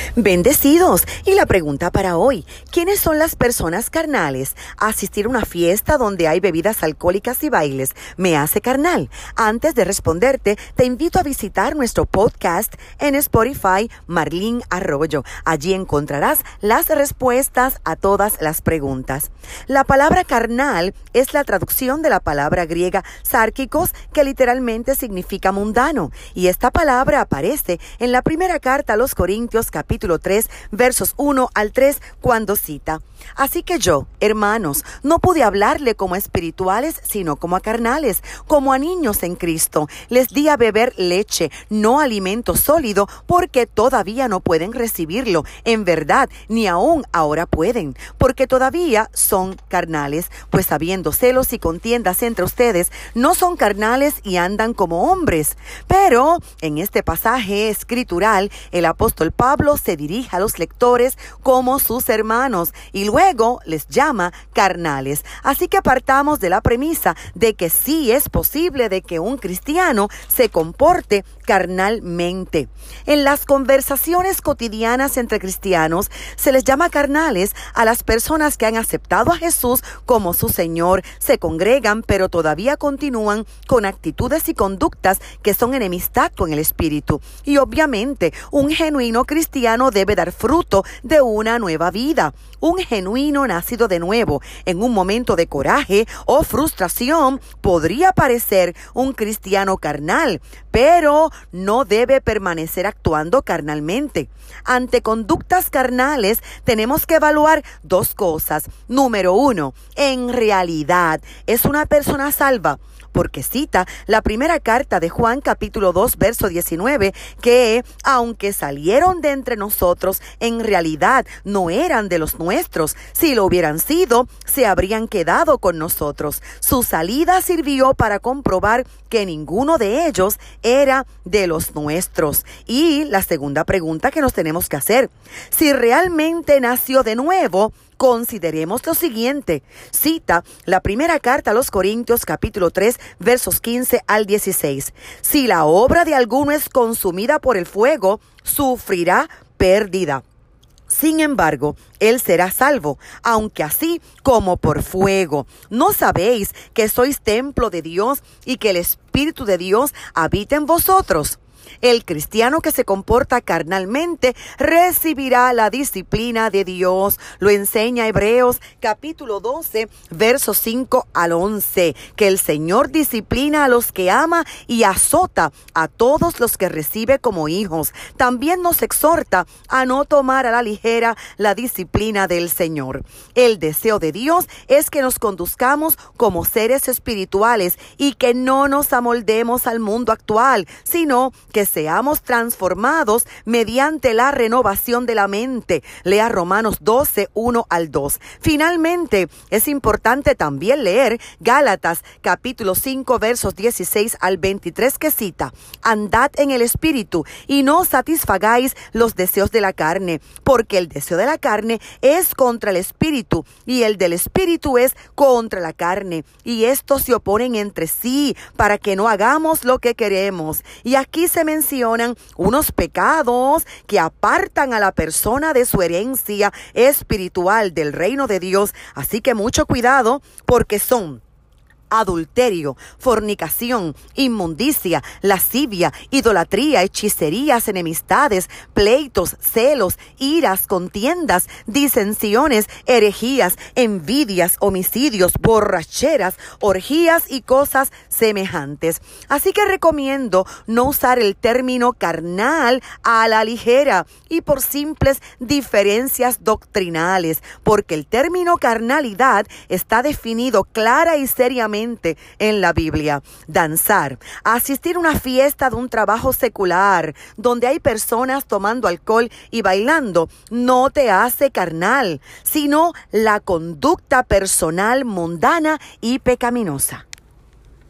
Bendecidos. Y la pregunta para hoy: ¿quiénes son las personas carnales? ¿Asistir a una fiesta donde hay bebidas alcohólicas y bailes me hace carnal? Antes de responderte, te invito a visitar nuestro podcast en Spotify, Marlene Arroyo. Allí encontrarás las respuestas a todas las preguntas. La palabra carnal es la traducción de la palabra griega sárquicos, que literalmente significa mundano. Y esta palabra aparece en la primera carta a los Corintios, capítulo 3, versos 1 al 3, cuando cita: así que yo, hermanos, no pude hablarle como a espirituales, sino como a carnales, como a niños en Cristo. Les di a beber leche, no alimento sólido, porque todavía no pueden recibirlo. En verdad, ni aún ahora pueden, porque todavía son carnales. Pues habiendo celos y contiendas entre ustedes, no son carnales y andan como hombres. Pero en este pasaje escritural, el apóstol Pablo se dirige a los lectores como sus hermanos y luego les llama carnales. Así que partamos de la premisa de que sí es posible de que un cristiano se comporte carnalmente. En las conversaciones cotidianas entre cristianos se les llama carnales a las personas que han aceptado a Jesús como su Señor, se congregan, pero todavía continúan con actitudes y conductas que son enemistad con el Espíritu. Y obviamente un genuino cristiano debe dar fruto de una nueva vida. Un genuino nacido de nuevo en un momento de coraje o frustración podría parecer un cristiano carnal, pero no debe permanecer actuando carnalmente. Ante conductas carnales tenemos que evaluar dos cosas. Número 1, ¿en realidad es una persona salva? Porque cita la primera carta de Juan, capítulo 2, verso 19, que aunque salieron de entre nosotros, en realidad no eran de los nuestros. Si lo hubieran sido, se habrían quedado con nosotros. Su salida sirvió para comprobar que ninguno de ellos era de los nuestros. Y la segunda pregunta que nos tenemos que hacer: si realmente nació de nuevo, consideremos lo siguiente. Cita la primera carta a los Corintios, capítulo 3, versos 15 al 16. Si la obra de alguno es consumida por el fuego, sufrirá pérdida. Sin embargo, él será salvo, aunque así como por fuego. ¿No sabéis que sois templo de Dios y que el Espíritu de Dios habita en vosotros? El cristiano que se comporta carnalmente recibirá la disciplina de Dios. Lo enseña Hebreos capítulo 12, versos 5 al 11, que el Señor disciplina a los que ama y azota a todos los que recibe como hijos. También nos exhorta a no tomar a la ligera la disciplina del Señor. El deseo de Dios es que nos conduzcamos como seres espirituales y que no nos amoldemos al mundo actual, sino que seamos transformados mediante la renovación de la mente. Lea Romanos 12, 1 al 2. Finalmente, es importante también leer Gálatas capítulo 5, versos 16 al 23, que cita: andad en el Espíritu y no satisfagáis los deseos de la carne, porque el deseo de la carne es contra el Espíritu y el del Espíritu es contra la carne, y estos se oponen entre sí para que no hagamos lo que queremos. Y aquí se mencionan unos pecados que apartan a la persona de su herencia espiritual del reino de Dios. Así que mucho cuidado, porque son adulterio, fornicación, inmundicia, lascivia, idolatría, hechicerías, enemistades, pleitos, celos, iras, contiendas, disensiones, herejías, envidias, homicidios, borracheras, orgías y cosas semejantes. Así que recomiendo no usar el término carnal a la ligera y por simples diferencias doctrinales, porque el término carnalidad está definido clara y seriamente en la Biblia. Danzar, asistir a una fiesta de un trabajo secular donde hay personas tomando alcohol y bailando, no te hace carnal, sino la conducta personal mundana y pecaminosa.